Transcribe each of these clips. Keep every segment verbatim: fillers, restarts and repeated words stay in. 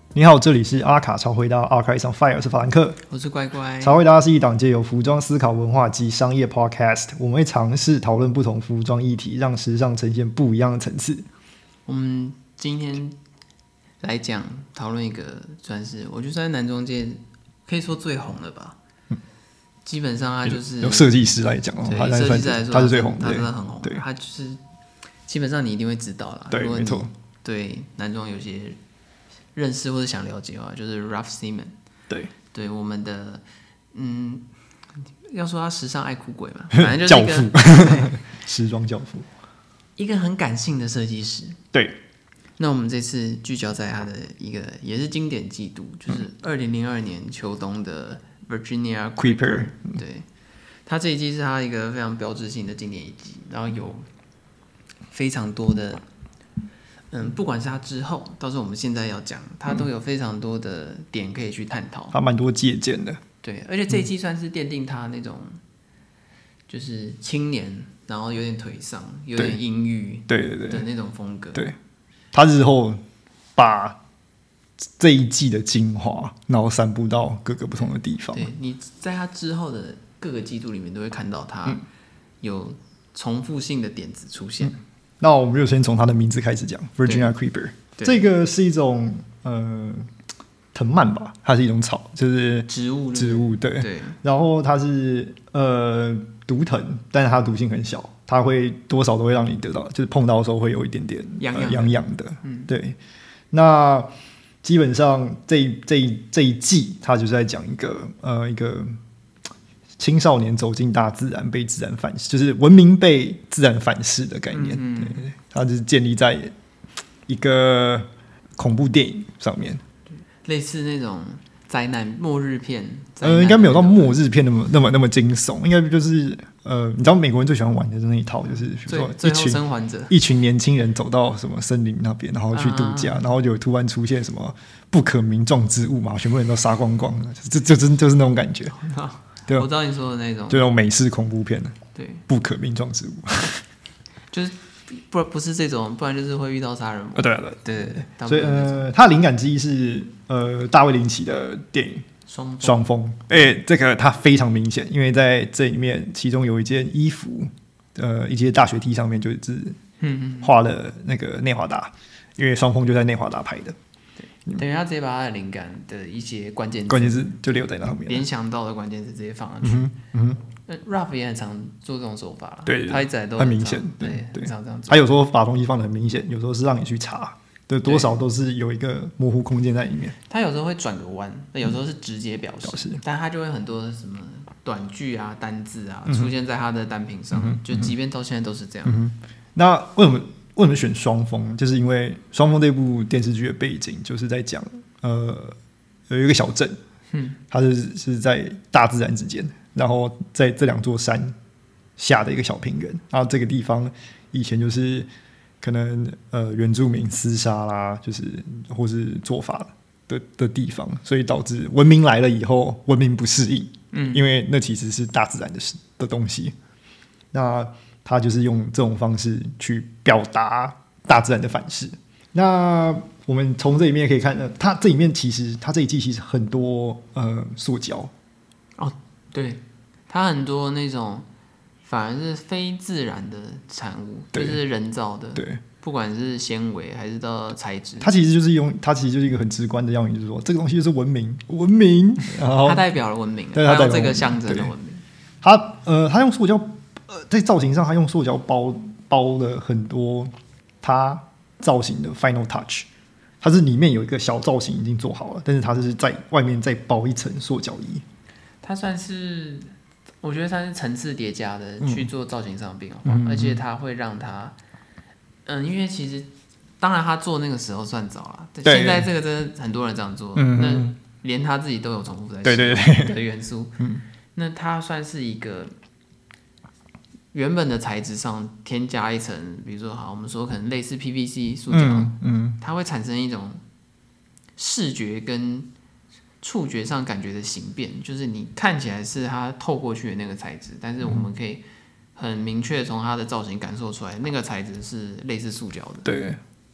你好，这里是阿卡超回答 Archives on Fire， 我是法兰克， 我是乖乖。 超回答是一档借由服装思考文化及商业 podcast， 我们会尝试讨论不同服装议题，让时尚呈现不一样的层次。 我们今天来讲讨论一个，算是我觉得在男装界可以说最红的吧。嗯、基本上他就是有设计师来讲， 对设计师来说他是最红的， 他真的很红。他就是基本上你一定会知道啦。 对，没错。 对男装有些认识或者想了解的话，就是 Raf Simons。对，对，我们的嗯，要说他时尚爱哭鬼嘛，反正就是一个教父，时装教父， 一个很感性的设计师。 对， 那我们这次聚焦在他的一个也是经典季度，就是二零零二年秋冬的 Virginia Creeper。对，他这一季是他一个非常标志性的经典一季，然后有非常多的。嗯，不管是他之后，到时候我们现在要讲，他都有非常多的点可以去探讨， 他蛮多借鉴的。 对，而且这一季算是奠定他那种，就是青年，然后有点颓丧，有点阴郁， 对对对的那种风格。 对，他日后把这一季的精华，然后散布到各个不同的地方。 对，你在他之后的各个季度里面，都会看到他有重复性的点子出现。嗯， 那我们就先从它的名字开始讲 ，Virginia Creeper。这个是一种呃藤蔓吧，它是一种草，就是植物植物对。 对。 然后它是呃毒藤，但是它的毒性很小，它会多少都会让你得到，就是碰到的时候会有一点点痒痒、 呃、痒痒的。 嗯， 对。那基本上这一这一这一季，它就是在讲一个呃一个。青少年走进大自然，被自然反噬，就是文明被自然反噬的概念。嗯、对，它就是建立在一个恐怖电影上面， 类似那种灾难末日片。 呃，应该没有到末日片那么那么那么惊悚，应该就是呃，你知道美国人最喜欢玩的那一套，就是比如说一群生还者， 一群年轻人走到什么森林那边，然后去度假，啊、然后就突然出现什么不可名状之物嘛，全部人都杀光光了，就就就就是那种感觉。 啊对，我知道你说的那种， 就那种美式恐怖片的， 对， 不可名状之物， 就是不不是这种，不然就是会遇到杀人魔。 哦、对啊， 对对对对， 所以呃，它的灵感之一是呃大卫林奇的电影《双峰》，哎，这个它非常明显，因为在这里面，其中有一件衣服，呃，一些大学 T 上面就是画了那个内华达，因为双峰就在内华达拍的。 等于他直接把他的灵感的一些关键字关键字就留在那边， 联想到的关键字直接放上去。嗯嗯嗯 Raf 也很常做这种手法， 对， 他一直都很明显， 对对，常这样做。 他有时候把东西放得很明显，有时候是让你去查，对，多少都是有一个模糊空间在里面。 他有时候会转个弯，有时候是直接表示，嗯、但他就会很多什么短句啊、单字啊、嗯、出现在他的单品上，嗯、就即便到现在都是这样。 嗯、那为什么？为什么选双峰？就是因为双峰这部电视剧的背景就是在讲，呃，有一个小镇，嗯，它是是在大自然之间，然后在这两座山下的一个小平原，然后这个地方以前就是可能呃原住民厮杀啦，就是或是做法的的地方，所以导致文明来了以后，文明不适应，嗯，因为那其实是大自然的的东西，那。他就是用这种方式去表达大自然的反噬。那我们从这里面可以看到，它这里面其实它这一季其实很多呃塑胶哦，对，它很多那种反而是非自然的产物，就是人造的， 对， 不管是纤维还是到材质， 它其实就是用它其实就是一个很直观的样语，就是说这个东西就是文明，文明，然后它代表了文明， 对，它用这个象征的文明。 它呃，它用塑胶。呃，在造型上，它用塑胶包包了很多它造型的 final touch， 它是里面有一个小造型已经做好了，但是它是在外面再包一层塑胶衣。 它算是，我觉得它是层次叠加的去做造型上的变化，嗯、而且它会让它，嗯，因为其实当然他做那个时候算早了，现在这个真的很多人这样做，嗯、那连他自己都有重复在对对对的元素，嗯、那它算是一个。原本的材质上添加一层，比如说好，我们说可能类似 P V C 塑胶，嗯嗯、它会产生一种视觉跟触觉上感觉的形变，就是你看起来是它透过去的那个材质，但是我们可以很明确从它的造型感受出来，那个材质是类似塑胶的。 对，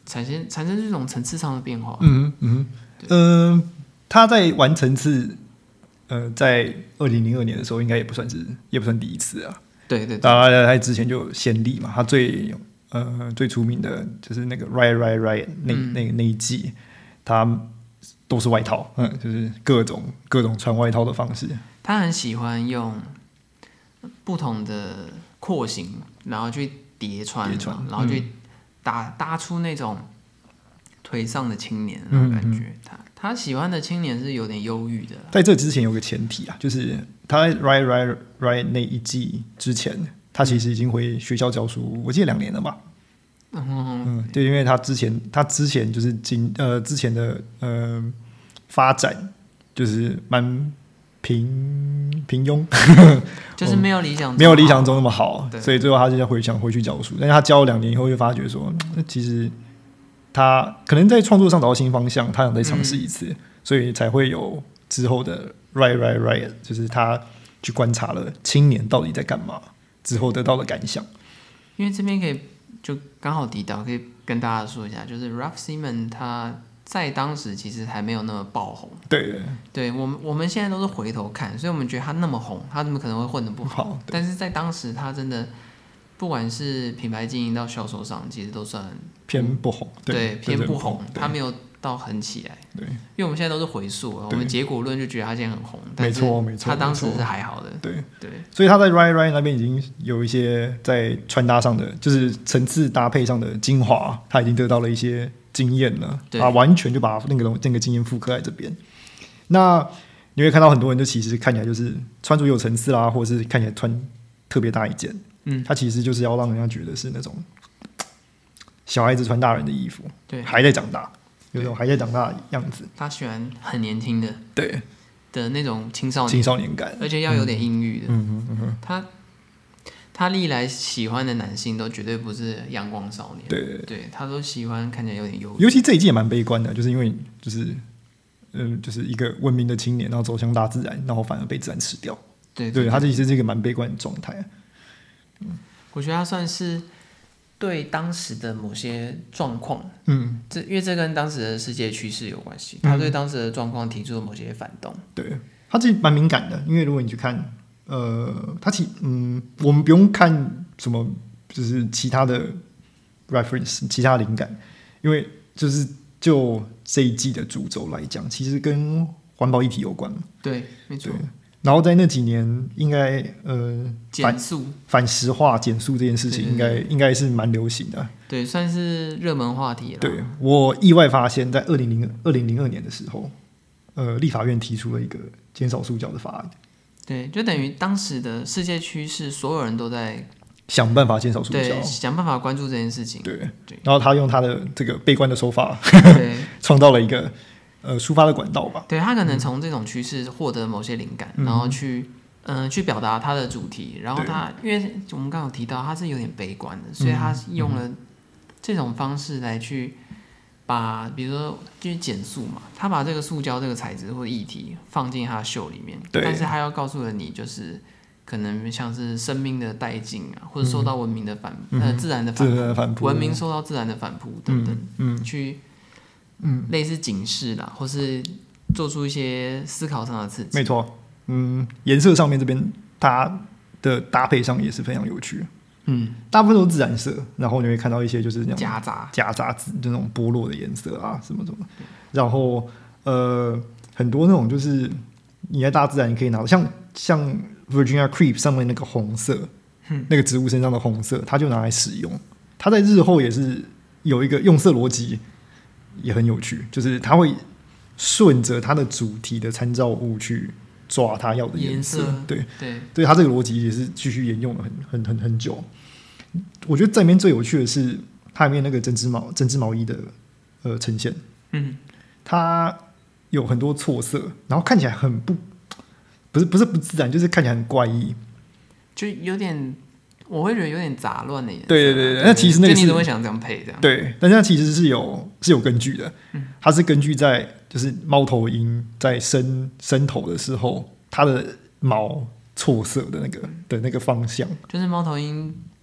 产生产生这种层次上的变化。 嗯嗯嗯、呃，他在玩层次，呃，在二零零二年的时候，应该也不算是也不算第一次啊。 对对对， 当然他之前就有先例嘛，他最呃最出名的就是那个 Riot Riot Riot 那、嗯、那那一季，他都是外套，嗯，就是各种各种穿外套的方式。 他很喜欢用不同的廓形，然后去叠穿，叠穿然后去打、嗯、搭出那种颓丧的青年那种感觉。嗯嗯他他喜欢的青年是有点忧郁的。在这之前有个前提啊，就是他在 Riot Riot Riot 那一季之前，他其实已经回学校教书，我记得两年了吧。嗯, 嗯对，因为他之前他之前就是经呃之前的呃发展就是蛮平平庸，就是没有理想中没有理想中那么好，所以最后他就回想回去教书。但是他教了两年以后，就发觉说，其实他可能在创作上找到新方向，他想再尝试一次、嗯，所以才会有之后的 Riot Riot Riot， 就是他去观察了青年到底在干嘛之后得到的感想。因为这边可以就刚好提到，可以跟大家说一下，就是 Raf Simons 他在当时其实还没有那么爆红。对对，对我们我们现在都是回头看，所以我们觉得他那么红，他怎么可能会混得不好？但是在当时他真的不管是品牌经营到销售上，其实都算偏不红。对，对偏不红，他没有到很起来。对，因为我们现在都是回溯，我们结果论就觉得他现在很红，没错没错，他当时是还好的。对对，所以他在 Riot Riot 那边已经有一些在穿搭上的，就是层次搭配上的精华，他已经得到了一些经验了，啊，完全就把那个那个经验复刻在这边。那你会看到很多人就其实看起来就是穿着有层次啦，或者是看起来穿特别大一件，嗯，他其实就是要让人家觉得是那种小孩子穿大人的衣服，对，还在长大，有种还在长大的样子。他喜欢很年轻的，对的那种青少年青少年感，而且要有点阴郁的。嗯嗯嗯嗯，他。他历来喜欢的男性都绝对不是阳光少年，对对对，他都喜欢看起来有点忧郁。尤其这一季也蛮悲观的，就是因为就是嗯、呃，就是一个文明的青年，然后走向大自然，然后反而被自然吃掉。对 对, 对，他其实是一个蛮悲观的状态。嗯，我觉得他算是对当时的某些状况，嗯，这因为这跟当时的世界趋势有关系，他对当时的状况提出了某些反动。对，他其实蛮敏感的，因为如果你去看。呃，他其嗯，我们不用看什么，就是其他的 reference， 其他灵感，因为就是就这一季的主轴来讲，其实跟环保议题有关。对，没错。然后在那几年，应该呃，减速、反石化、减速这件事情应该，应该应该是蛮流行的。对，算是热门话题了。对，我意外发现，在二零零二零零二年的时候，呃，立法院提出了一个减少塑胶的法案。对，就等于当时的世界趋势，所有人都在想办法减少塑胶，对，想办法关注这件事情。对，对，然后他用他的这个悲观的手法，创造了一个呃抒发的管道吧。对，他可能从这种趋势获得某些灵感，嗯、然后去嗯、呃、去表达他的主题。然后他因为我们刚刚有提到他是有点悲观的，所以他用了这种方式来去。把比如说就是减塑嘛，他把这个塑胶这个材质或者议题放进他的秀里面，但是他要告诉了你，就是可能像是生命的殆尽啊，或者受到文明的反、嗯、呃自然的反扑，反扑文明受到自然的反扑等等，嗯，嗯去嗯类似警示啦，或是做出一些思考上的刺激。没错，嗯，颜色上面这边它的搭配上也是非常有趣。嗯，大部分都是自然色，然后你会看到一些就是那种夹杂夹杂质，就那种剥落的颜色啊，什么什么。然后呃，很多那种就是你在大自然你可以拿到，像像 Virginia Creep 上面那个红色、嗯，那个植物身上的红色，它就拿来使用。它在日后也是有一个用色逻辑，也很有趣，就是它会顺着它的主题的参照物去抓它要的颜色。颜色对对对，它这个逻辑也是继续沿用了很很很很久。我觉得在里面最有趣的是它里面那个针织毛针织毛衣的呃呈现，嗯，它有很多错色，然后看起来很不不是不是不自然，就是看起来很怪异，就有点我会觉得有点杂乱的颜色。对对对对，那其实那个是你怎么会想这样配这样？对，但是它其实是有是有根据的，嗯，它是根据在就是猫头鹰在伸伸头的时候，它的毛错色的那个的那个方向，就是猫头鹰把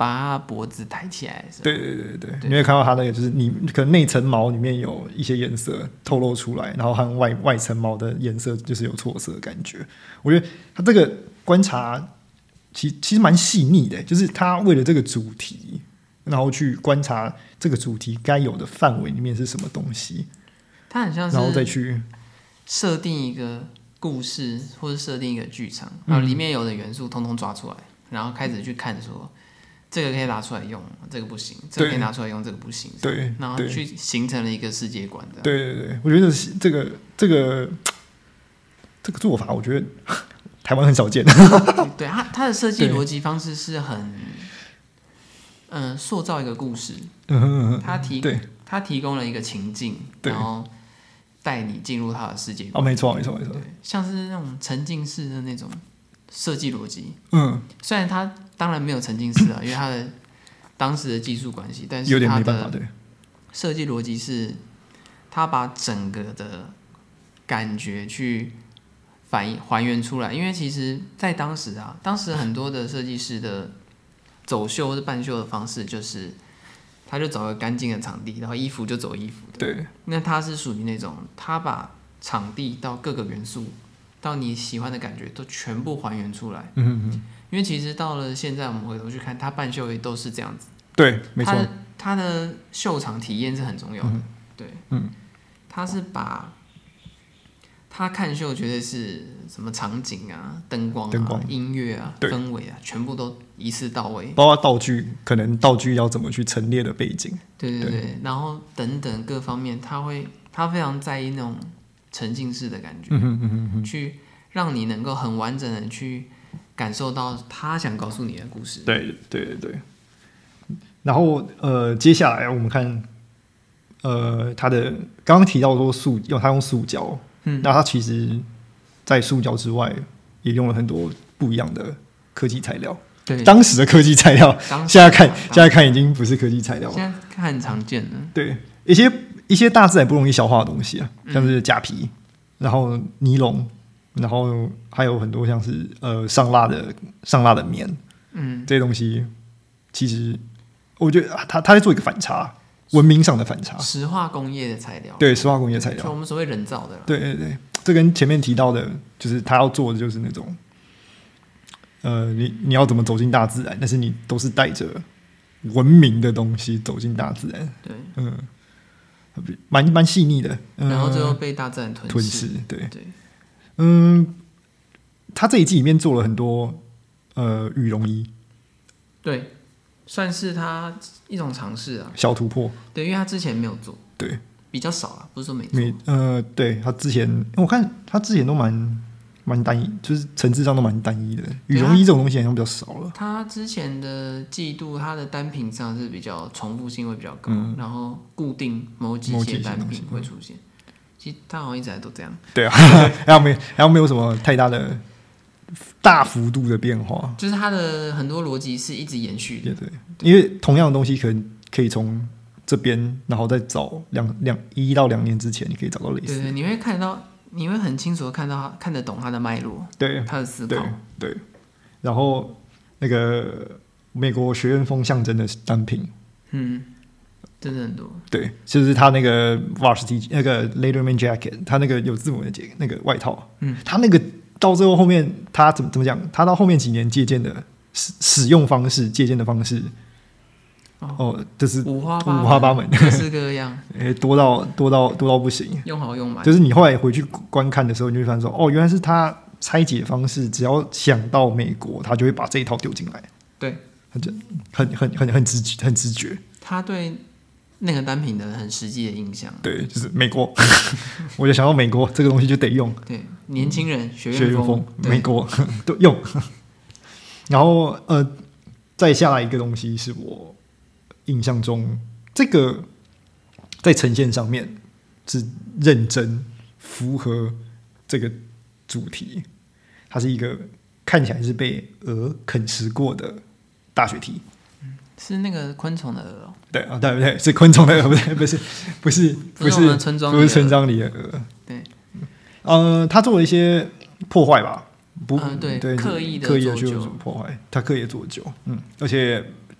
把它脖子抬起来的时候， 对对对 对, 对，你会看到它那个就是你可能内层毛里面有一些颜色透露出来，然后和外外层毛的颜色就是有错色的感觉。我觉得它这个观察其其实蛮细腻的，就是他为了这个主题，然后去观察这个主题该有的范围里面是什么东西， 它很像是然后再去设定一个故事或者设定一个剧场，然后里面有的元素通通抓出来，然后开始去看说这个可以拿出来用，这个不行，这个可以拿出来用，这个不行， 对， 然后去形成了一个世界观。 对对对，我觉得这个这个这个做法，我觉得台湾很少见。 对，它它的设计逻辑方式是很，嗯、呃，塑造一个故事， 嗯， 它提对， 它提供了一个情境，然后带你进入它的世界观。 哦，没错没错没错， 像是那种沉浸式的那种设计逻辑。 嗯， 虽然它当然没有沉浸式啊，因为它的当时的技术关系，但是有点没办法，对， 设计逻辑是它把整个的感觉去反映还原出来，因为其实在当时啊，当时很多的设计师的走秀或者办秀的方式就是，他就找个干净的场地，然后衣服就走衣服的。 对， 那他是属于那种他把场地到各个元素，到你喜欢的感觉都全部还原出来。 嗯嗯， 因为其实到了现在，我们回头去看，他办秀也都是这样子。 对，没错。 他的秀场体验是很重要的。嗯、对， 嗯， 他是把。他看秀绝对是什么场景啊、灯光啊、 灯光音乐啊、氛围啊，全部都一次到位。 包括道具，可能道具要怎么去陈列的背景。 对对 对, 对，然后等等各方面，他会他非常在意那种沉浸式的感觉， 嗯哼嗯哼嗯， 去让你能够很完整的去感受到他想告诉你的故事。 对对对对。然后呃，接下来我们看呃他的刚刚提到说塑用他用塑胶。嗯，那它其实，在塑胶之外，也用了很多不一样的科技材料。 对， 当时的科技材料，现在看现在看已经不是科技材料了。 现在看很常见的。 对，一些一些大自然不容易消化的东西啊，像是假皮，然后尼龙，然后还有很多像是呃上蜡的上蜡的棉，嗯，这些东西，其实我觉得他他在做一个反差。文明上的反差， 石化工业的材料， 对，石化工业材料， 就我们所谓人造的。 对对对，这跟前面提到的，就是他要做的就是那种，呃，你你要怎么走进大自然，但是你都是带着文明的东西走进大自然。 对， 嗯，蛮蛮细腻的、 呃，然后最后被大自然吞噬。 吞噬，对对， 嗯，他这一季里面做了很多呃羽绒衣， 对。算是他一种尝试啊， 小突破。 对，因为他之前没有做， 对， 比较少啦，不是说没做。 没呃，对他之前，我看他之前都蛮蛮单一，就是层次上都蛮单一的。羽绒衣这种东西好像比较少了。 他之前的季度，他的单品上是比较重复性会比较高，嗯、然后固定某几些单品会出现。其实他好像一直来都这样。 对啊，然后没然后没有什么太大的。大幅度的变化， 就是它的很多逻辑是一直延续的。 对对，因为同样的东西可能可以从这边，然后再找两两一到两年之前，你可以找到类似的。 对对，你会看到，你会很清楚的看到，看得懂它的脉络， 对， 它的思考， 对。对，然后那个美国学院风象征的单品，嗯， 真的很多。 对，就是他那个 varsity 那个 Letterman jacket， 他那个有字母的那个外套，嗯，他那个。到最后后面，他怎么怎么讲？他到后面几年借鉴的使使用方式，借鉴的方式，哦，哦就是五花五花八门， 各式各样， 欸、多到多到多到不行， 用好用满。 就是你后来回去观看的时候，你就会发现说，哦，原来是他拆解方式，只要想到美国，他就会把这一套丢进来。 对， 很很很很很直觉，很直觉。 他对那个单品的很实际的印象， 对，就是美国，我就想到美国这个东西就得用。 对，年轻人学院风，学院风美国都用。然后呃，再下来一个东西是我印象中这个在呈现上面是认真符合这个主题，它是一个看起来是被鹅啃食过的大雪蹄。 是那个昆虫的鹅、哦， 对啊，对不对？是昆虫的鹅，不对，不是，不是，不是， 不是我们村庄， 不是村庄里的鹅。 对， 呃，他做了一些破坏吧，不， 嗯、对， 对， 刻意的刻意的去做旧破坏，他刻意的做旧，嗯，而且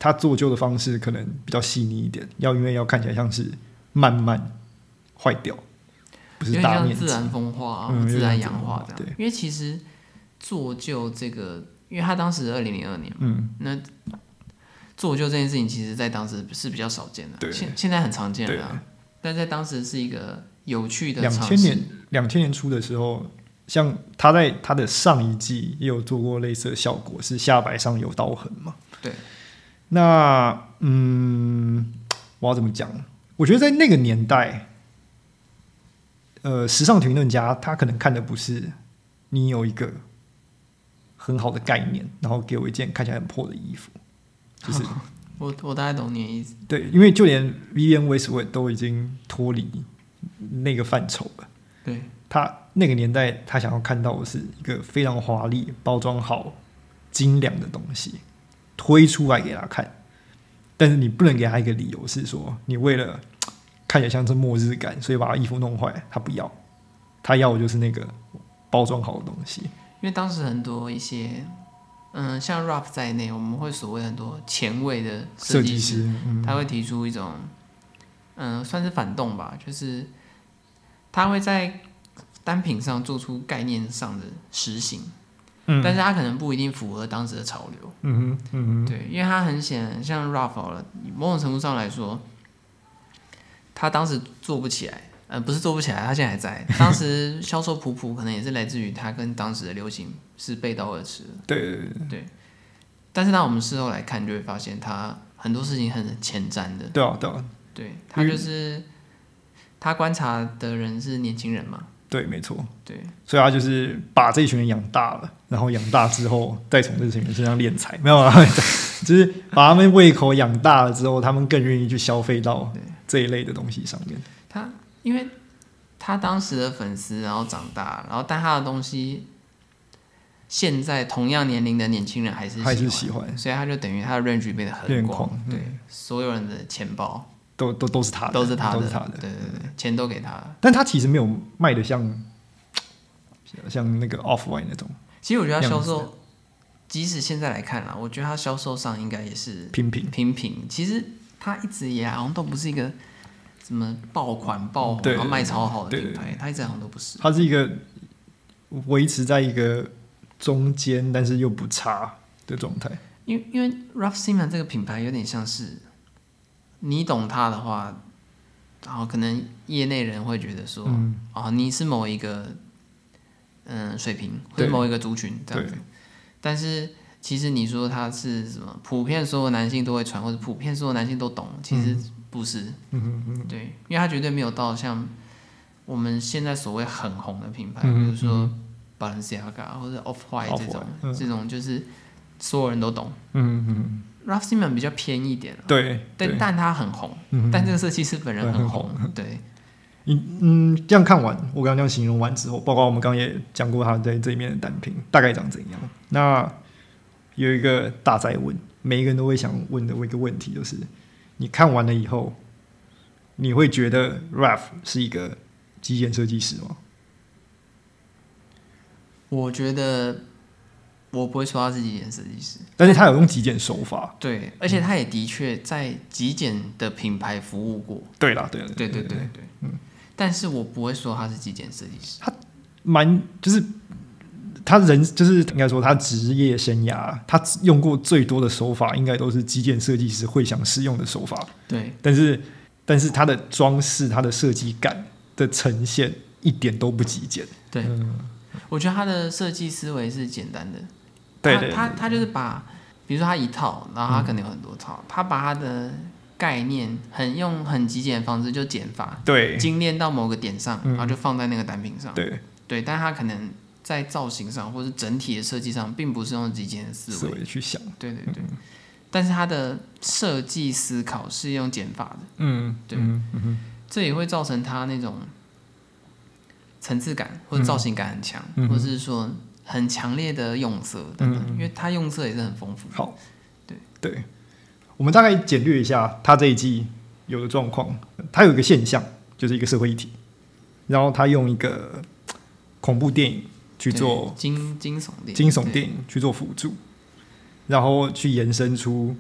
他做旧的方式可能比较细腻一点，要因为要看起来像是慢慢坏掉，不是大面积， 有点像自然风化、嗯、自然氧化这样。因为其实做旧这个，因为他当时二零零二年，嗯，那做旧这件事情，其实在当时是比较少见的，现现在很常见了、啊，但在当时是一个有趣的尝试。 两千年两千年初的时候。像他在他的上一季也有做过类似的效果，是下摆上有刀痕嘛？ 对。 那嗯，我要怎么讲？我觉得在那个年代，呃，时尚评论家他可能看的不是你有一个很好的概念，然后给我一件看起来很破的衣服，就是、 哦、我我大概懂你的意思。 对，因为就连 Vivienne Westwood 都已经脱离那个范畴了。 对。 他那个年代，他想要看到的是一个非常华丽、包装好、精良的东西推出来给他看，但是你不能给他一个理由是说，你为了看起来像是末日感，所以把他衣服弄坏。他不要，他要的就是那个包装好的东西。 因为当时很多一些，嗯，像 Ralph 在内，我们会所谓很多前卫的设计师，嗯、他会提出一种，嗯，算是反动吧，就是他会在单品上做出概念上的实行，嗯，但是他可能不一定符合当时的潮流， 嗯哼，嗯哼， 对，因为他很显然，像 Ralph 了，某种程度上来说，他当时做不起来，呃，不是做不起来，他现在还在。当时销售普普，可能也是来自于他跟当时的流行是背道而驰的， 对对对对。但是当我们事后来看，就会发现他很多事情很前瞻的， 对啊对啊， 对，他就是他观察的人是年轻人嘛。 对，没错。 对， 所以他就是把这一群人养大了，然后养大之后再从这群人身上敛财，没有啊？就是把他们胃口养大了之后，他们更愿意去消费到这一类的东西上面。 他因为他当时的粉丝，然后长大，然后但他的东西，现在同样年龄的年轻人还是喜欢还是喜欢， 所以他就等于他的 range 变得很广，对、嗯，所有人的钱包。 都都都是他的， 都是他的， 都是他的， 对对对，钱都给他了。 但他其实没有卖的像像那个 Off-White 那种。 其实我觉得他销售，即使现在来看啦，我觉得他销售上应该也是平平平平。其实他一直也好像都不是一个什么爆款爆红，然后卖超好的品牌，他一直好像都不是。 他是一个维持在一个中间，但是又不差的状态。 因为因为 Ralph Simon 这个品牌有点像是。你懂他的话，然后可能业内人会觉得说，嗯、哦，你是某一个嗯水平或者某一个族群这样子。但是其实你说他是什么，普遍所有男性都会穿，或者普遍所有男性都懂，其实不是。嗯嗯嗯对，因为他绝对没有到像我们现在所谓很红的品牌，嗯、比如说 Balenciaga 或者 Off-White 这种，嗯、这种就是所有人都懂。嗯嗯。Ralph Simon 比较偏一点， 对， 但但他很红，嗯、但这个设计师本人很红，对。 嗯，这样看完，我刚刚这样形容完之后，包括我们刚刚也讲过他在这一面的单品大概长怎样。那有一个大哉问，每一个人都会想问的一个问题就是：你看完了以后，你会觉得 Ralph 是一个极简设计师吗？ 我觉得。我不会说他是极简设计师， 但是他有用极简手法。 对，而且他也的确在极简的品牌服务过。 对啦，对啦， 对对对对对，嗯。但是我不会说他是极简设计师。 他蛮就是他人就是应该说他职业生涯，他用过最多的手法，应该都是极简设计师会想使用的手法。 对， 但是但是他的装饰、他的设计感的呈现一点都不极简。 对，嗯、我觉得他的设计思维是简单的。 对对对对他他他就是把，比如说他一套，然后他可能有很多套，嗯、他把他的概念很用很极简的方式就减法， 对， 精炼到某个点上，嗯、然后就放在那个单品上， 对对，但他可能在造型上或是整体的设计上，并不是用极简的思维思维去想， 对对对，嗯、但是他的设计思考是用减法的， 嗯， 对， 嗯嗯、 这也会造成他那种层次感或者造型感很强， 嗯、 或者是说。很强烈的用色等等，嗯、因为它用色也是很丰富。 好， 对对，我们大概简略一下它这一季有的状况。它有一个现象，就是一个社会议题，然后它用一个恐怖电影去做惊惊悚电影， 惊悚电影去做辅助，然后去延伸出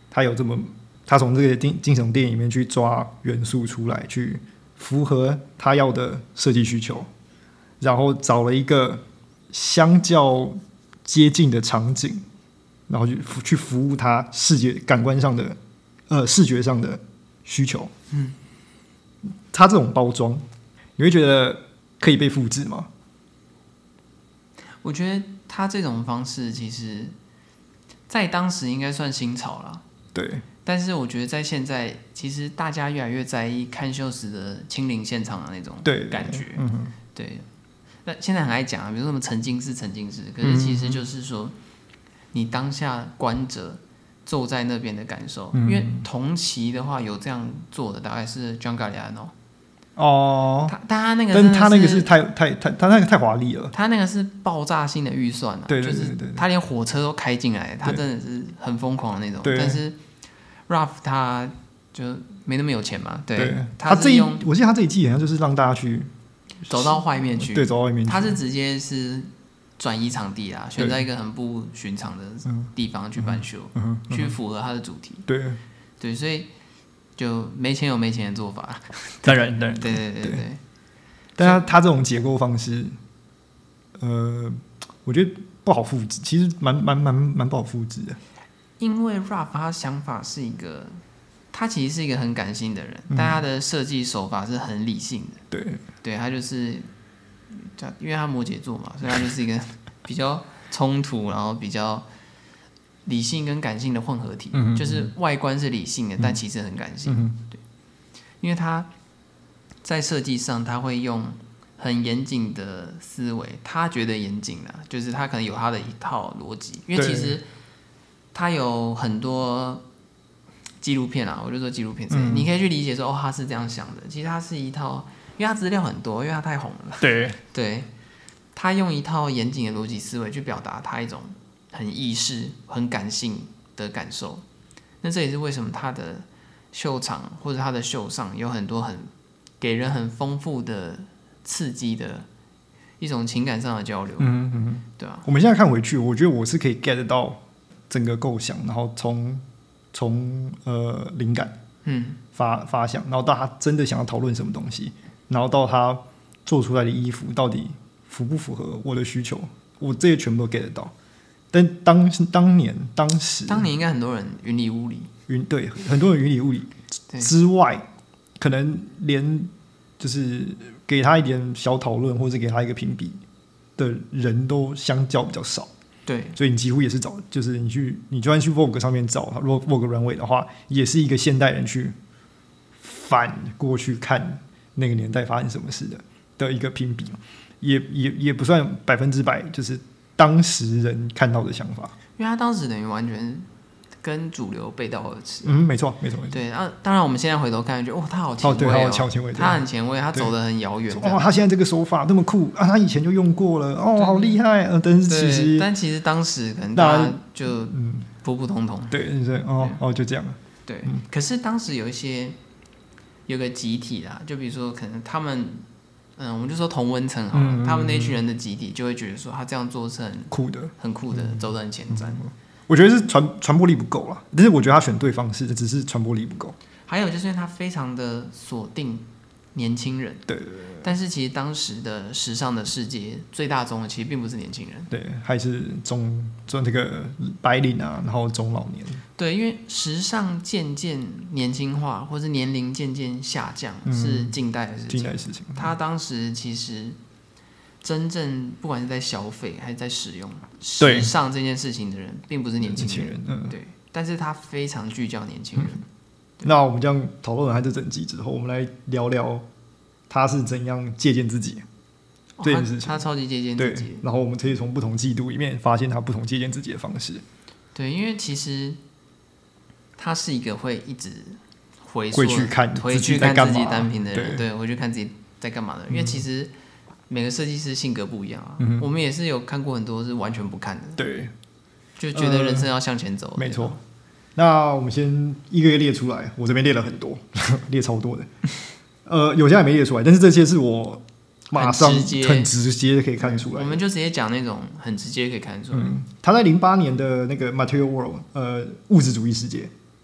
他有这么，他从这个惊惊悚电影里面去抓元素出来，去符合他要的设计需求，然后找了一个相较接近的场景，然后去去服务他视觉感官上的呃视觉上的需求。嗯，他这种包装，你会觉得可以被复制吗？ 我觉得他这种方式其实，在当时应该算新潮啦。 对。 但是我觉得在现在，其实大家越来越在意看秀时的亲临现场的那种感觉。嗯哼，对。那现在很爱讲啊，比如说什么沉浸式、沉浸式，可是其实就是说，你当下观者坐在那边的感受。嗯、因为同期的话，有这样做的大概是 John Galliano。 哦， 他但他那个， 但他那个是太太太，他那个太华丽了。 他那个是爆炸性的预算啊， 对对对对， 就是他连火车都开进来，他真的是很疯狂的那种。但是 Ralph 他就没那么有钱嘛，对， 对他这一，我记得他这一季好像就是让大家去走到外面去， 对，走到外面去。 他是直接是转移场地啊，选在一个很不寻常的地方去办秀，嗯嗯、去符合他的主题。 对对，所以。就没钱有没钱的做法， 当然，当然， 对对对 对, 对。 但他他这种结构方式，呃，我觉得不好复制，其实蛮蛮蛮蛮不好复制的。 因为 Ralph 他想法是一个，他其实是一个很感性的人，嗯、但他的设计手法是很理性的。 对， 对他就是，因为他摩羯座嘛，所以他就是一个比较冲突，然后比较。理性跟感性的混合体，嗯、就是外观是理性的，嗯、但其实很感性。嗯、对，因为他在设计上，他会用很严谨的思维，他觉得严谨啦，就是他可能有他的一套逻辑。因为其实他有很多纪录片啊，我就说纪录片之类，嗯、你可以去理解说，哦，他是这样想的。其实他是一套，因为他资料很多，因为他太红了。 对， 对，他用一套严谨的逻辑思维去表达他一种。很意识、很感性的感受，那这也是为什么他的秀场或者他的秀上有很多很给人很丰富的刺激的一种情感上的交流。嗯嗯，对啊。 我们现在看回去，我觉得我是可以 get 到整个构想，然后从从呃灵感嗯发发想，然后到他真的想要讨论什么东西，然后到他做出来的衣服到底符不符合我的需求，我这些全部都 get 得到。但当当年当时， 当年应该很多人云里雾里， 云对很多人云里雾里之外，可能连就是给他一点小讨论或者给他一个评比的人都相较比较少。 对， 所以你几乎也是找，就是你去你就算去 Vogue 上面找 Vogue Runway 的话，也是一个现代人去反过去看那个年代发生什么事的的一个评比，也也也不算百分之百，就是。当时人看到的想法， 因为他当时等于完全跟主流背道而驰。 嗯，没错，没错， 对。啊，当然我们现在回头看，觉得哇，他好前卫、哦， 对，他好前卫， 他很前卫，他走得很遥远。 哦，他现在这个手法那么酷啊，他以前就用过了，哦，好厉害。呃，但是其实， 但其实当时可能大家就嗯普普通通。 对，对，哦哦，就这样。 对，嗯、可是当时有一些有个集体啦，就比如说可能他们。嗯，我们就说同温层好了，嗯、他们那群人的集体就会觉得说他这样做是很酷的， 很酷的，嗯、走得很前瞻。 嗯、我觉得是传传播力不够啦，但是我觉得他选对方式，只是传播力不够。 还有就是因为他非常的锁定年轻人， 对对对。 但是其实当时的时尚的世界最大宗的其实并不是年轻人， 对，还是中中这个白领啊，然后中老年。 对，因为时尚渐渐年轻化，或是年龄渐渐下降，嗯、是近代的事情。 近代的事情。 他当时其实真正不管是在消费还是在使用时尚这件事情的人，并不是年轻人。 年轻人嗯、 对，但是他非常聚焦年轻人。嗯、 那我们这样讨论完他这整集之后，我们来聊聊他是怎样借鉴自己这件事情。 他, 他超级借鉴自己。 对，然后我们可以从不同季度里面发现他不同借鉴自己的方式。 对，因为其实。他是一个会一直回回去看回去看自己单品的人，对，回去看自己在干嘛的人。因为其实每个设计师性格不一样啊，嗯、我们也是有看过很多是完全不看的， 对， 就觉得人生要向前走。呃、 没错。那我们先一个一个列出来，我这边列了很多，列超多的。呃，有些还没列出来，但是这些是我马上很直接可以看出来。 我们就直接讲那种很直接可以看出来。 嗯、他在零八年的那个 Material World， 呃，物质主义世界。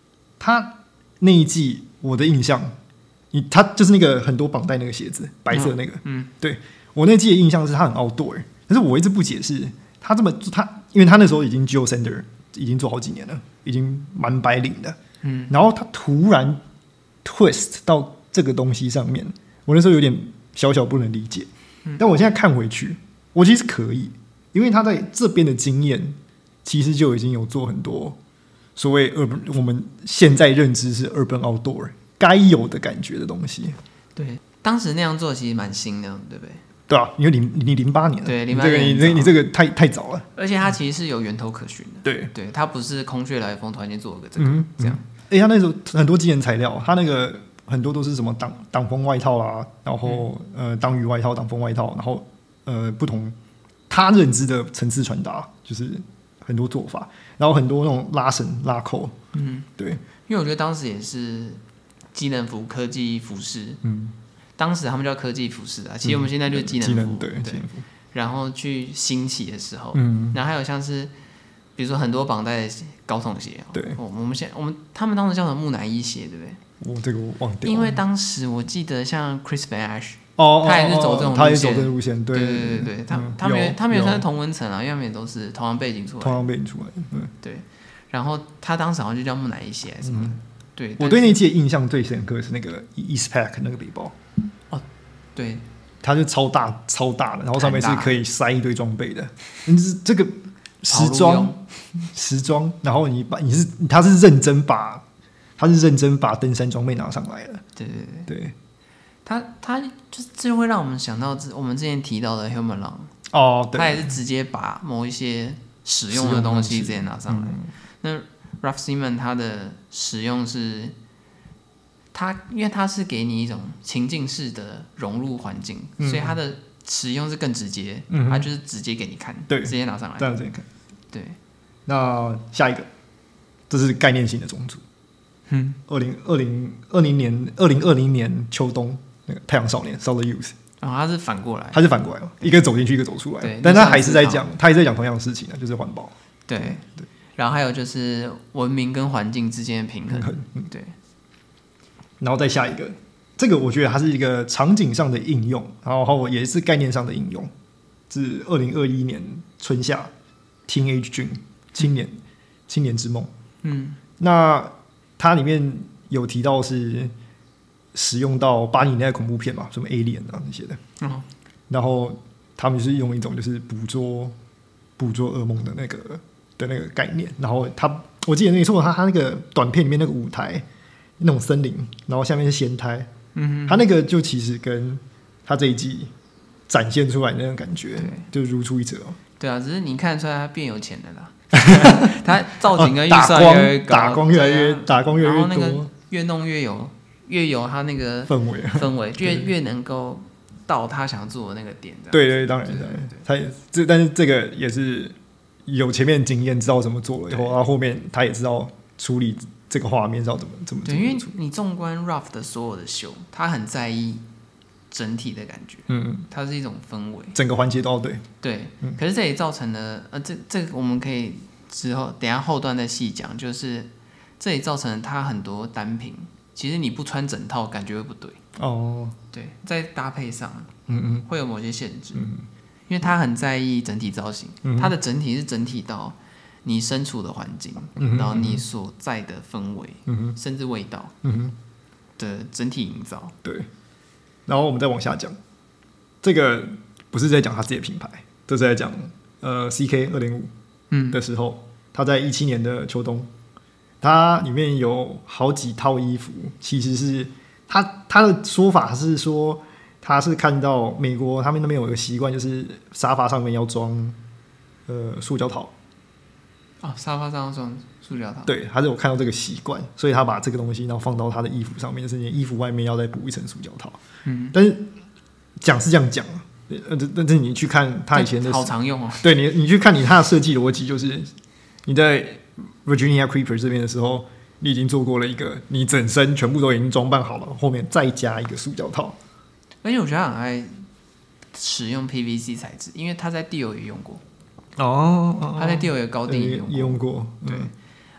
他那一季我的印象，你他就是那个很多绑带那个鞋子，白色那个，嗯，嗯对我那季的印象是他很 outdoor， 但是我一直不解释他这么他，因为他那时候已经 Gio Sander 已经做好几年了，已经蛮白领的，嗯，然后他突然 twist 到这个东西上面，我那时候有点小小不能理解，嗯、但我现在看回去，我其实可以，因为他在这边的经验其实就已经有做很多所谓 urban 我们现在认知是 urban outdoor 该有的感觉的东西。 对，当时那样做其实蛮新的，对不对？ 对啊，因为你你零八年， 对， 零八年，你这个你这个太太早了， 而且它其实是有源头可循的。对，对，它不是空穴来风，突然间做了个这个、嗯、这样。 哎，他那时候很多机能材料，他那个很多都是什么挡挡风外套啦，然后、嗯、呃挡雨外套、挡风外套，然后呃不同他认知的层次传达，就是很多做法，然后很多那种拉绳拉扣，嗯，对， 因为我觉得当时也是机能服、科技服饰，嗯。当时他们叫科技服饰啊，其实我们现在就是机能服，嗯、能对，对然后去兴起的时候，嗯，然后还有像是比如说很多绑带的高筒鞋，对，我们现在我们他们当时叫什么木乃伊鞋，对不对？ 我这个我忘掉了， 因为当时我记得像 Chris Van Ash， 哦， 他也是走这种路线， 他也走这种路线，对对对对对，他、嗯、他们也他们也算是同温层啊，因为他们也都是同样背景出来， 同样背景出来，对对。然后他当时好像就叫木乃伊鞋还是什么的，嗯、对。 我对那季印象最深刻的是那个 Eastpak 那个背包。 对， 它就超大超大的，然后上面是可以塞一堆装备的。你是这个时装，时装，然后你把你是他是认真把他是认真把登山装备拿上来了。 对对对， 对他他就这会让我们想到我们之前提到的 Helmut Lang 哦，对， 他也是直接把某一些使用的东西直接拿上来。嗯、那 Raf Simons 他的使用是。它因为它是给你一种情境式的融入环境，嗯、所以它的使用是更直接，嗯、它就是直接给你看，对，直接拿上来， 这样直接看。 对， 那下一个，这是概念性的种族。嗯，二零二零二零年二零二零年秋冬那个太阳少年 Solar Youth， 哦，它是反过来， 它是反过来，一个走进去，一个走出来。对，但他还是在讲，他还是在讲同样的事情啊，就是环保。 对对，然后还有就是文明跟环境之间的平衡。嗯、对。 然后再下一个，这个我觉得它是一个场景上的应用，然后也是概念上的应用。是二零二一年春夏 Teenage Dream 青年、嗯、青年之梦。嗯，那它里面有提到是使用到八零年代恐怖片嘛，什么 Alien 啊那些的。嗯，然后他们是用一种就是捕捉捕捉噩梦的那个的那个概念。然后他我记得那时候他他那个短片里面那个舞台。那种森林，然后下面是仙胎，嗯，他那个就其实跟他这一季展现出来的那种感觉，就如出一辙。 对啊，只是你看得出来他变有钱了啦，他造型跟预算越来越高， 打光越来越打光越来越多， 然后那个越弄越有越有他那个氛围氛围，越越能够到他想做的那个点。 对对，当然当然，他这但是这个也是有前面经验，知道怎么做了以后，然后后面他也知道处理。这个画面知道怎么怎么做？ 对，因为你纵观 Raf 的所有的秀，他很在意整体的感觉，嗯，它是一种氛围， 整个环节都要对， 对，嗯、可是这也造成了，呃，这这我们可以之后等一下后段再细讲，就是这也造成了他很多单品，其实你不穿整套感觉会不对哦，对，在搭配上，嗯嗯，会有某些限制，嗯，因为他很在意整体造型，嗯、他的整体是整体到。你身处的环境，嗯、然后你所在的氛围，嗯、甚至味道、嗯、的整体营造。 对，然后我们再往下讲，这个不是在讲他自己的品牌，这是在讲呃 C K 二零五的时候，嗯、他在一七年的秋冬，它里面有好几套衣服，其实是他他的说法是说，他是看到美国他们那边有一个习惯，就是沙发上面要装呃塑胶套。 哦，沙发上装塑胶套， 对，他是有看到这个习惯，所以他把这个东西然后放到他的衣服上面，就是你衣服外面要再补一层塑胶套。嗯，但是讲是这样讲，呃，但是你去看他以前的， 好常用哦。 对你，你去看你他的设计逻辑，就是你在 Virginia Creeper 这边的时候，你已经做过了一个，你整身全部都已经装扮好了，后面再加一个塑胶套。 而且我觉得他很爱使用 P V C 材质，因为他在 Dior 也用过。 哦， 他在 Dior 也高定也用过， 也用过， 对。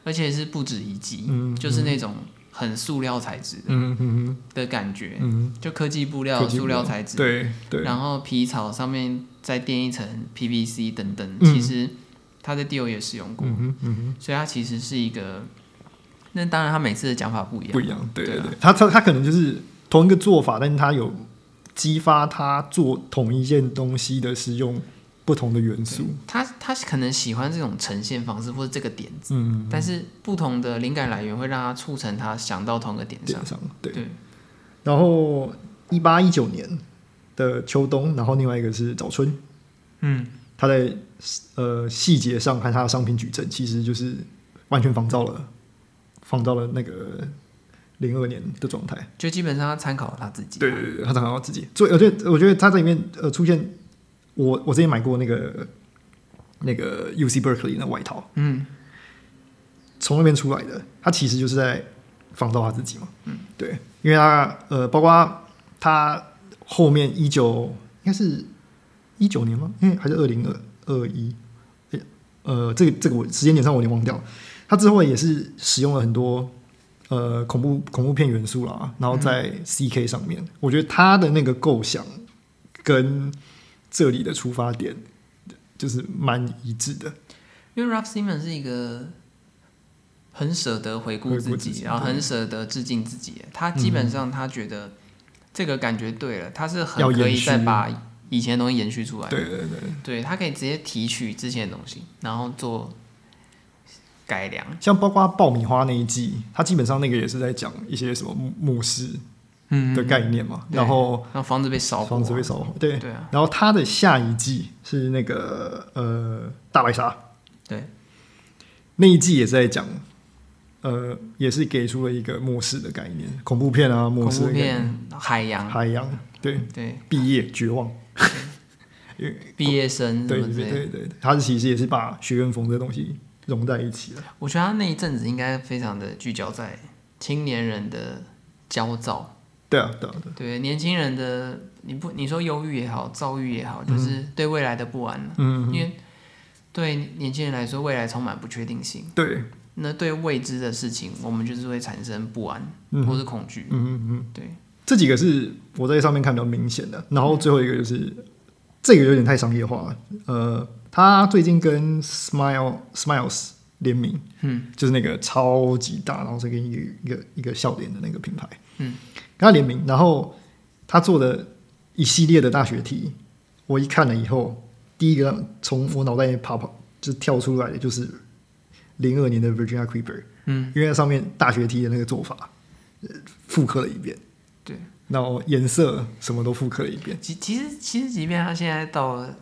而且是不止一级， 嗯， 就是那种很塑料材质的， 嗯嗯的感觉， 嗯， 就科技布料、塑料材质， 对对， 然后皮草上面再垫一层 P V C 等等， 嗯、 其实他在 Dior 也使用过， 嗯嗯， 所以它其实是一个，那当然他每次的讲法不一样， 不一样，对对对， 对啊、 他他他可能就是同一个做法，但是他有激发他做同一件东西的使用不同的元素， 他他可能喜欢这种呈现方式或者这个点子， 嗯， 但是不同的灵感来源会让他促成他想到同一个点上， 点上对对。 然后一八一九年的秋冬，然后另外一个是早春， 嗯， 他在呃细节上和他的商品矩阵，其实就是完全仿照了仿照了那个零二年的状态， 就基本上他参考了他自己， 对对对，他参考了自己，所以我觉得我觉得他在里面呃出现。我我之前买过那个那个 U C Berkeley 那外套， 嗯， 从那边出来的，他其实就是在仿照他自己嘛， 嗯， 对，因为他呃，包括他后面一九应该是一九年吗？因为还是二零二二一，呃，这个这个我时间点上我有点忘掉了。他之后也是使用了很多呃恐怖恐怖片元素啦，然后在 C K 上面，嗯、我觉得他的那个构想跟这里的出发点就是蛮一致的， 因为 Raf Simons 是一个很舍得回顾自己，然后很舍得致敬自己。他基本上他觉得这个感觉对了，他是很可以再把以前的东西延续出来。 对对对， 对他可以直接提取之前的东西，然后做改良。 像包括爆米花那一季，他基本上那个也是在讲一些什么末世的概念嘛，嗯、然后然后房子被烧火， 房子被烧火，对对啊。 然后他的下一季是那个呃大白鲨， 对， 那一季也是在讲，呃，也是给出了一个末世的概念，恐怖片啊，末世的概念， 恐怖片，海洋， 海洋，对对， 毕业绝望， 毕业生， 对对对对对，他其实也是把学院风这东西融在一起了。 我觉得他那一阵子应该非常的聚焦在青年人的焦躁。 对啊，对啊，对啊， 对年轻人的你不你说忧郁也好，躁郁也好，就是对未来的不安。嗯，因为对年轻人来说，未来充满不确定性。 对， 那对未知的事情，我们就是会产生不安、嗯、或是恐惧。 嗯嗯嗯， 对， 这几个是我在上面看比较明显的。然后最后一个就是、嗯、这个有点太商业化了。呃，他最近跟 Smile Smiles 联名，嗯，就是那个超级大，然后是跟一个一个一个笑脸的那个品牌，嗯。跟他联名，然后他做的一系列的大学题，我一看了以后，第一个从我脑袋里跑跑就跳出来的就是零二年的 Virginia Creeper， 嗯，因为上面大学题的那个做法复刻了一遍， 对， 然后颜色什么都复刻了一遍。 其其实其实即便他现在到了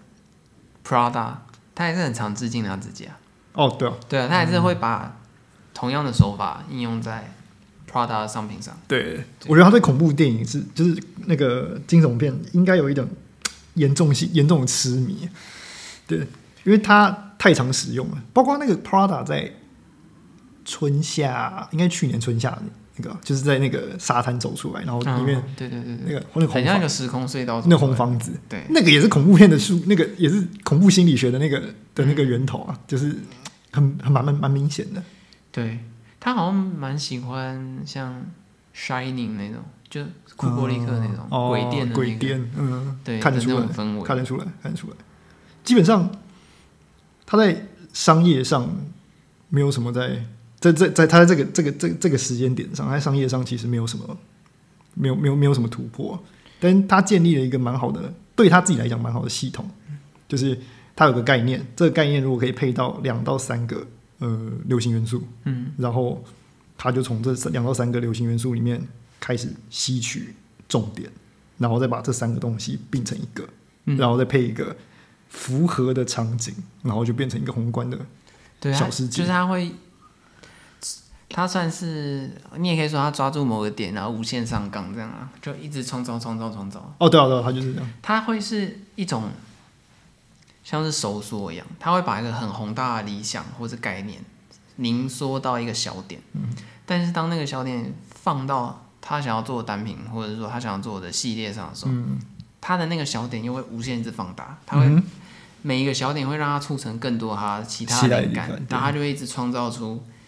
Prada， 他还是很常致敬他自己啊。 哦，对啊， 对啊，他还是会把同样的手法应用在Prada 的商品上。 对，我觉得他对恐怖电影是就是那个惊悚片应该有一种严重性、严重的痴迷。对，因为它太常使用了，包括那个 Prada 在春夏，应该去年春夏那个，就是在那个沙滩走出来，然后里面、 哦、对对对对， 那个那个很像一个时空隧道， 那红房子， 对， 那个也是恐怖片的书，那个也是恐怖心理学的那个的那个源头啊，嗯、就是很很蛮蛮明显的。 对。他好像蛮喜欢像 Shining 那种，就库伯利克那种、 嗯、 鬼店的、那个、 鬼店，嗯， 对， 看得出来， 氛围看得出来，看得出来。基本上他在商业上没有什么在在在在他在这个这个这个、这个时间点上，他在商业上其实没有什么没有没有没有什么突破，但他建立了一个蛮好的，对他自己来讲蛮好的系统，就是他有个概念，这个概念如果可以配到两到三个。呃，流行元素，嗯，然后他就从这两到三个流行元素里面开始吸取重点，然后再把这三个东西并成一个，嗯、然后再配一个符合的场景，然后就变成一个宏观的小世界。 就是他会，他算是你也可以说他抓住某个点，然后无限上纲这样啊，就一直创造、创造、创造。 哦，对啊，对啊，他就是这样。 他会是一种。像是收缩一样，他会把一个很宏大的理想或者概念凝缩到一个小点，嗯、但是当那个小点放到他想要做的单品，或者说他想要做的系列上的时候，嗯、他的那个小点又会无限制放大，他会、嗯、每一个小点会让他促成更多他其他的灵感，然后他就会一直创造出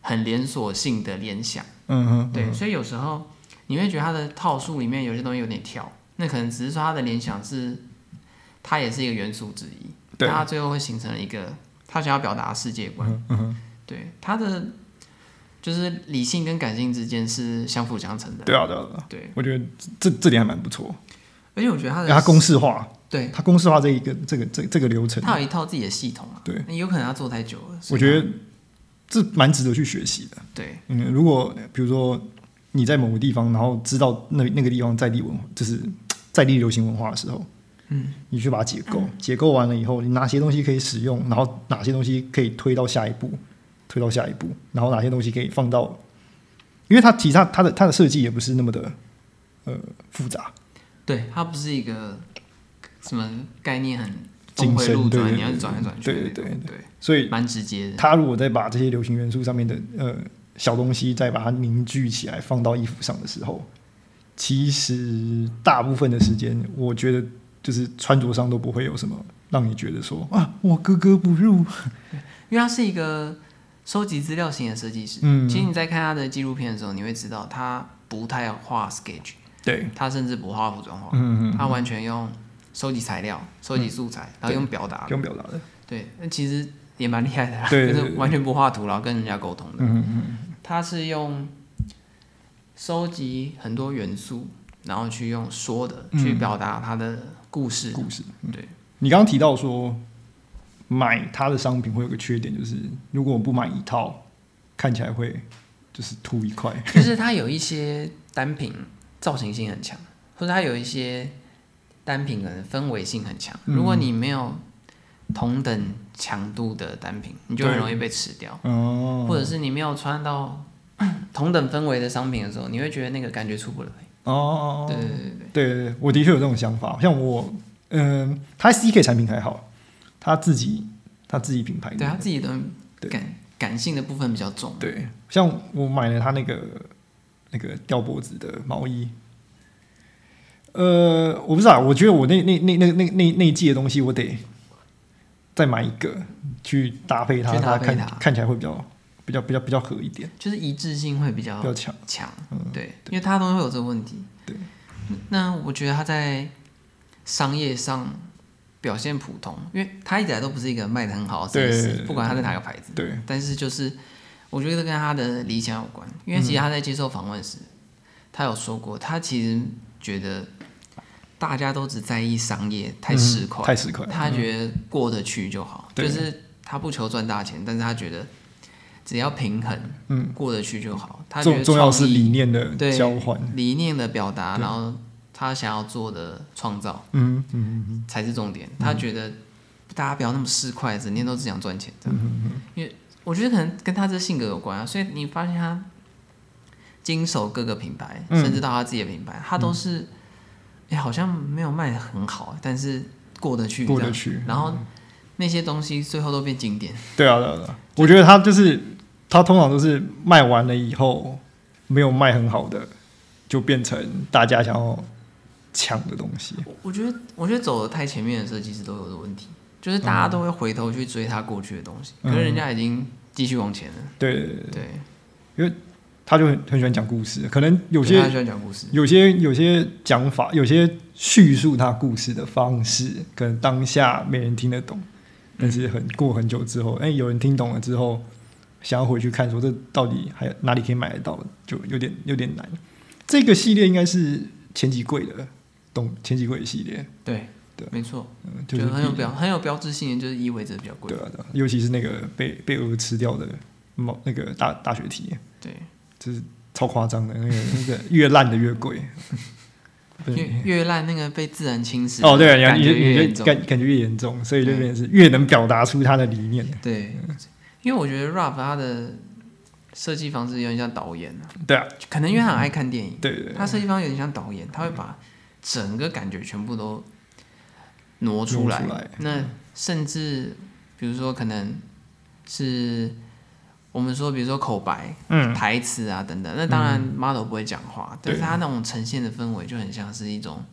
很连锁性的联想。 嗯哼， 对， 嗯所以有时候你会觉得它的套数里面有些东西有点跳，那可能只是说它的联想是它也是一个元素之一，但它最后会形成了一个他想要表达的世界观。 嗯哼， 对，他的就是理性跟感性之间是相辅相成的。 对啊，对啊，对啊， 对， 我觉得这这点还蛮不错。 而且我觉得他的它公式化， 对， 它公式化这一个这个这这个流程， 他有一套自己的系统啊。 对， 那有可能他做太久了。 我觉得这蛮值得去学习的。 对， 嗯，如果比如说你在某个地方，然后知道那那个地方在地文化，就是在地流行文化的时候，嗯，你去把它解构，嗯、解构完了以后，你哪些东西可以使用，然后哪些东西可以推到下一步，推到下一步，然后哪些东西可以放到，因为它其实它它的它的设计也不是那么的呃复杂。 对，它不是一个什么概念很峰回路转，你要转来转去， 对对对 对, 对， 所以蛮直接的。 他如果再把这些流行元素上面的呃小东西再把它凝聚起来放到衣服上的时候，其实大部分的时间，我觉得就是穿着上都不会有什么让你觉得说啊我格格不入， 因为他是一个收集资料型的设计师。嗯，其实你在看他的纪录片的时候，你会知道他不太画 sketch。 对， 他甚至不画服装画， 嗯嗯嗯， 他完全用收集材料、收集素材，嗯、然后用表达， 用表达的。 对，那其实也蛮厉害的啦， 对对对， 就是完全不画图，然后跟人家沟通的。 嗯嗯嗯， 他是用收集很多元素，然后去用说的、嗯、去表达他的故事。 故事， 嗯、对。 你刚刚提到说，买他的商品会有个缺点，就是如果我不买一套，看起来会就是凸一块。 就是他有一些单品。造型性很强，或者它有一些单品可能氛围性很强。嗯、如果你没有同等强度的单品，你就很容易被吃掉。哦、或者是你没有穿到同等氛围的商品的时候，你会觉得那个感觉出不来。 哦， 对对对对对对，我的确有这种想法。像我，嗯、呃，他 C K 产品还好，他自己他自己品牌的， 对他自己的感感性的部分比较重。 对，像我买了他那个。那个吊脖子的毛衣，呃，我不知道，我觉得我那那那那那那那一季的东西，我得再买一个去搭配它，它看看起来会比较比较比较比较合一点， 就是一致性会比较比较强强，嗯，对，因为它都会有这个问题。 对， 那我觉得它在商业上表现普通，因为它一直以来都不是一个卖得很好的设计师，不管它是哪个牌子， 对， 但是就是。我觉得跟他的理想有关，因为其实他在接受访问时，嗯、他有说过，他其实觉得大家都只在意商业太市侩、嗯， 太市侩， 他觉得过得去就好， 嗯、 就是他不求赚大钱，但是他觉得只要平衡，嗯，过得去就好。他觉得重要是理念的交换， 理念的表达，然后他想要做的创造，嗯嗯嗯，才是重点。他觉得大家不要那么市侩，整天都只想赚钱，这样，嗯、因为。我觉得可能跟他这性格有关啊，所以你发现他经手各个品牌，嗯、甚至到他自己的品牌，他都是，哎、嗯欸，好像没有卖得很好，但是过得去， 过得去。 然后那些东西最後都變經典。 对啊，对啊，對啊，我覺得他就是他通常都是賣完了以後沒有賣很好的，就變成大家想要搶的東西。 我覺得，我覺得走得太前面的設計師都有這個問題。就是大家都會回頭去追他過去的東西，嗯、可是人家已經繼續往前了。 對對對， 對， 因為他就很很喜歡講故事，可能有些他喜歡講故事， 有些有些講法，有些敘述他故事的方式，可能當下沒人聽得懂，但是很過很久之後，哎、欸，有人聽懂了之後，想要回去看，說這到底還有哪裡可以買得到，就有點有點難。這個系列應該是前幾季的，懂前幾季的系列， 對。對，沒錯，嗯，就是很有標很有標誌性的，就是意味着比較貴。 對啊，對啊，尤其是那個被被鵝吃掉的貓，那個大大學題， 對， 就是超誇張的，那個那個越爛的越貴， 越越爛那個被自然侵蝕， 哦，對啊， 感覺越嚴重， 感感覺越嚴重，所以就變成是越能表達出他的理念。 對，嗯、因為我覺得 Ralph 他的設計方式有點像導演， 對啊， 可能因為他很愛看電影， 對對， 他設計方式有點像導演，他會把整個感覺全部都挪出來，出來那甚至比如說可能是我們說，比如說口白、嗯、台詞啊等等，那當然 model 不會講話，嗯、但是他那種呈現的氛圍就很像是一種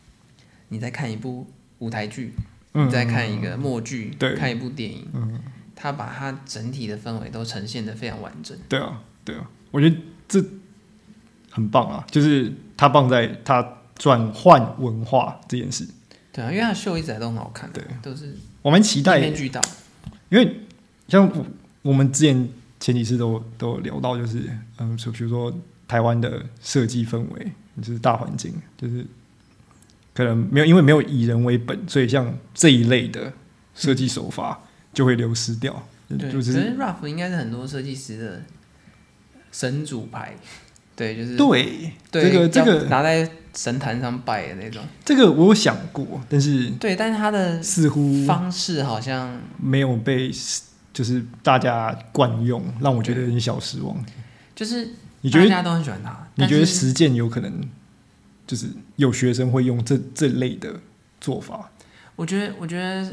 你在看一部舞台劇，嗯、你在看一個默劇，看一部電影，嗯、 他把它整体的氛围都呈现得非常完整。 对啊，对啊，我觉得这很棒啊，就是他棒在他转换文化这件事。 对啊，因为他的秀一直来都很好看， 对， 都是我蛮期待一面俱到。 因为像我们之前前几次都都有聊到，就是嗯，比如说台湾的设计氛围，就是大环境，就是可能没有因为没有以人为本，所以像这一类的设计手法就会流失掉。 对， 就是可是 Ralph 应该是很多设计师的神主牌，对，就是对对这个这个拿在神坛上拜的那种。 这个我有想过，但是对，但是他的似乎方式好像没有被就是大家惯用，让我觉得有点小失望。 就是你觉得大家都很喜欢他， 你觉得实践有可能就是有学生会用这这类的做法？ 我觉得，我觉得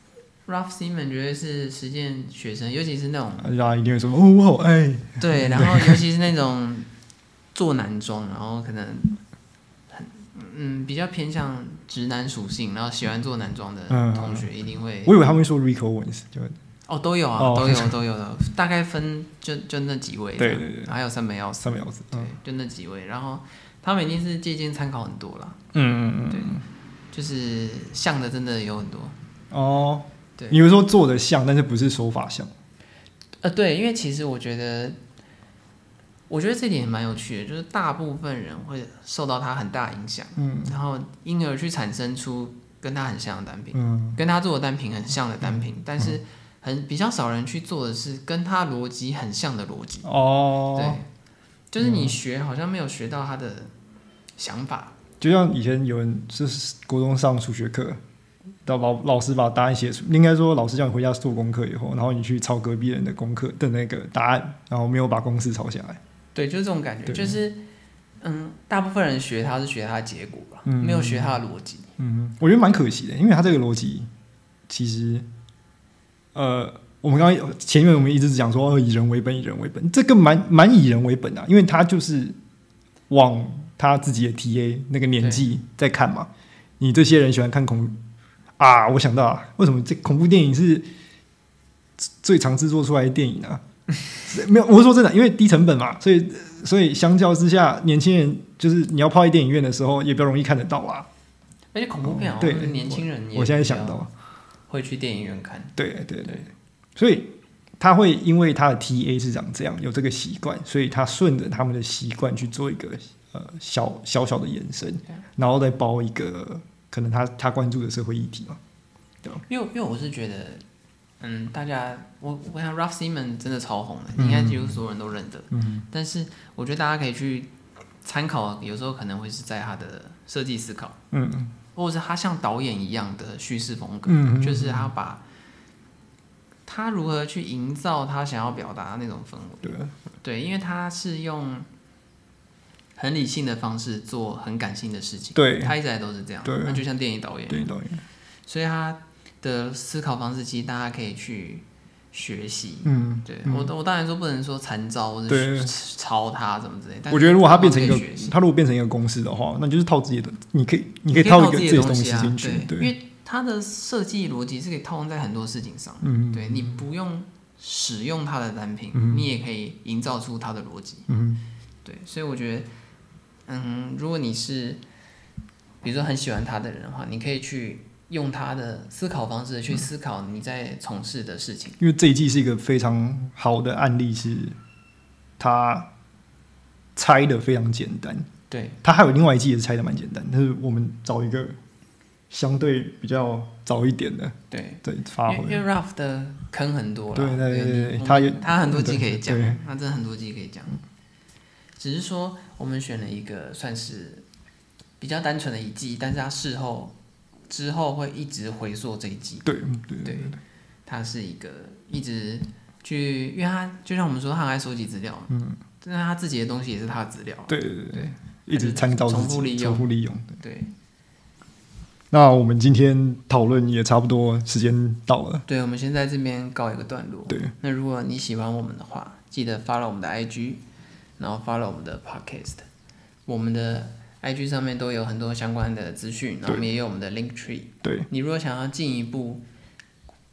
Ralph Simon 觉得是实践学生，尤其是那种大家一定会说哦，我好爱。 对，然后尤其是那种做男装，然后可能很嗯比较偏向直男属性，然后喜欢做男装的同学一定会。 我以为他们会说 Rico Owens 就哦都有啊， 哦、 都有都有的，大概分就就那几位， 对对对， 还有三本耀司， 三本耀司， 对，就那几位，然后他们一定是借鉴参考很多啦。 嗯嗯嗯， 对，就是像的真的有很多。 哦， 对， 你会说做的像，但是不是手法像？ 呃，对，因为其实我觉得，我觉得这点也蛮有趣的，就是大部分人会受到他很大影响， 嗯， 然后因而去产生出跟他很像的单品， 嗯， 跟他做的单品很像的单品，嗯、但是很比较少人去做的是跟他逻辑很像的逻辑。 哦， 对，就是你学好像没有学到他的想法。 就像以前有人是国中上数学课，到老老师把答案写出，应该说老师叫你回家做功课以后，然后你去抄隔壁人的功课的那个答案，然后没有把公式抄下来。 对，就是这种感觉，就是嗯，大部分人学他是学他的结果吧， 嗯、 没有学他的逻辑。 嗯，我觉得蛮可惜的，因为他这个逻辑其实，呃，我们刚刚前面我们一直讲说、哦、以人为本，以人为本，这个蛮蛮以人为本的、啊，因为他就是往他自己的 T A 那个年纪在看嘛。你这些人喜欢看恐啊，我想到啊，为什么这恐怖电影是最常制作出来的电影啊？没有，我是说真的，因为低成本嘛，所以所以相较之下，年轻人就是你要泡在电影院的时候，也比较容易看得到啦。 而且恐怖片好像是年轻人也我现在想到会去电影院看。 对对 对, 對，所以他会因为他的 T A 是长这样，有这个习惯，所以他顺着他们的习惯去做一个呃小小小的延伸，然后再包一个可能他他关注的社会议题嘛。对， 因为因为我是觉得。嗯，大家，我我想 Ralph Simon 真的超红的，嗯、应该几乎所有人都认得。嗯，但是我觉得大家可以去参考，有时候可能会是在他的设计思考，嗯，或者是他像导演一样的叙事风格，嗯，就是他把他如何去营造他想要表达的那种氛围。 对， 对，因为他是用很理性的方式做很感性的事情， 对， 他一直来都是这样， 对， 那就像电影导演， 电影导演， 所以他。的思考方式，其实大家可以去学习。 嗯， 对、 嗯、 我，我当然说不能说残招或者抄他怎么之类。 我觉得如果他变成一个，他如果变成一个公式的话，那就是套自己的，你可以，你可以套一个自己的东西进去。对， 因为他的设计逻辑是可以套用在很多事情上。嗯，对你不用使用他的单品，嗯、你也可以营造出他的逻辑。嗯，对，所以我觉得，嗯，如果你是比如说很喜欢他的人的话，你可以去。用他的思考方式去思考你在从事的事情， 因为这一季是一个非常好的案例，是他拆的非常简单。 对， 他还有另外一季也是拆的蛮简单，但是我们找一个相对比较早一点的， 对对发挥。 因为 Ralph 的坑很多了， 对对对对， 他他他很多季可以讲，他真的很多季可以讲。只是说我们选了一个算是比较单纯的一季，但是他事后。之后会一直回溯这一季， 对对 对, 对，他是一个一直去，因为他就像我们说，他很爱收集资料，嗯，但是他自己的东西也是他的资料， 对对 对, 对，一直参照自己， 重复利用， 重复利用， 对。对那我们今天讨论也差不多，时间到了， 对，我们先在这边告一个段落。 对， 那如果你喜欢我们的话，记得 follow 我们的 I G， 然后 follow 我们的 podcast， 我们的。I G 上面都有很多相关的资讯，然后我们也有我们的 link tree。 对， 你如果想要进一步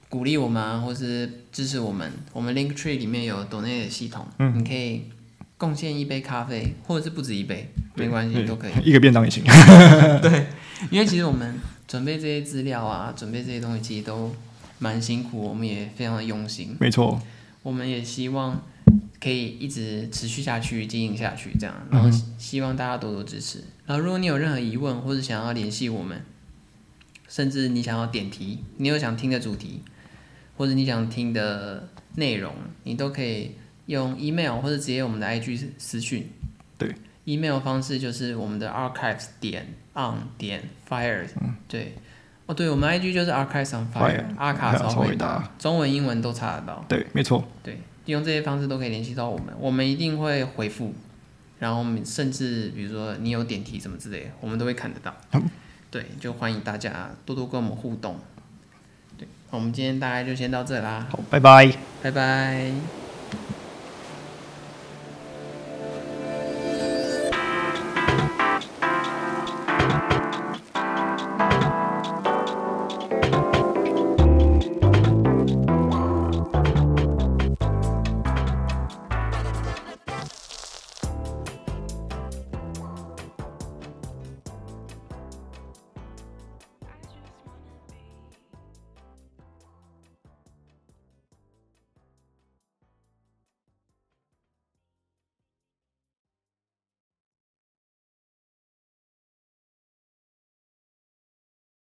鼓励我们、啊、或是支持我们，我们 Linktree 里面有 Donate 的系统， 嗯， 你可以贡献一杯咖啡，或者是不止一杯，没关系，都可以， 一个便当也行。 对，因为其实我们准备这些资料啊，准备这些东西其实都蛮辛苦，我们也非常的用心。 没错， 我们也希望可以一直持续下去，经营下去，这样，然后希望大家多多支持。然后，如果你有任何疑问或者想要联系我们，甚至你想要点题，你有想听的主题，或者你想听的内容，你都可以用 email 或者直接我们的 I G 私讯。 对 ，email 方式就是我们的 archives 点 on 点 fire、嗯。对，哦，对，我们 I G 就是 archives on fire， 阿卡超回答，中文、英文都查得到。 对，没错。 对，用这些方式都可以联系到我们，我们一定会回复。然后我们甚至比如说你有点题什么之类的，我们都会看得到。嗯、对，就欢迎大家多多跟我们互动。对，我们今天大概就先到这啦。 好，拜拜， 拜拜。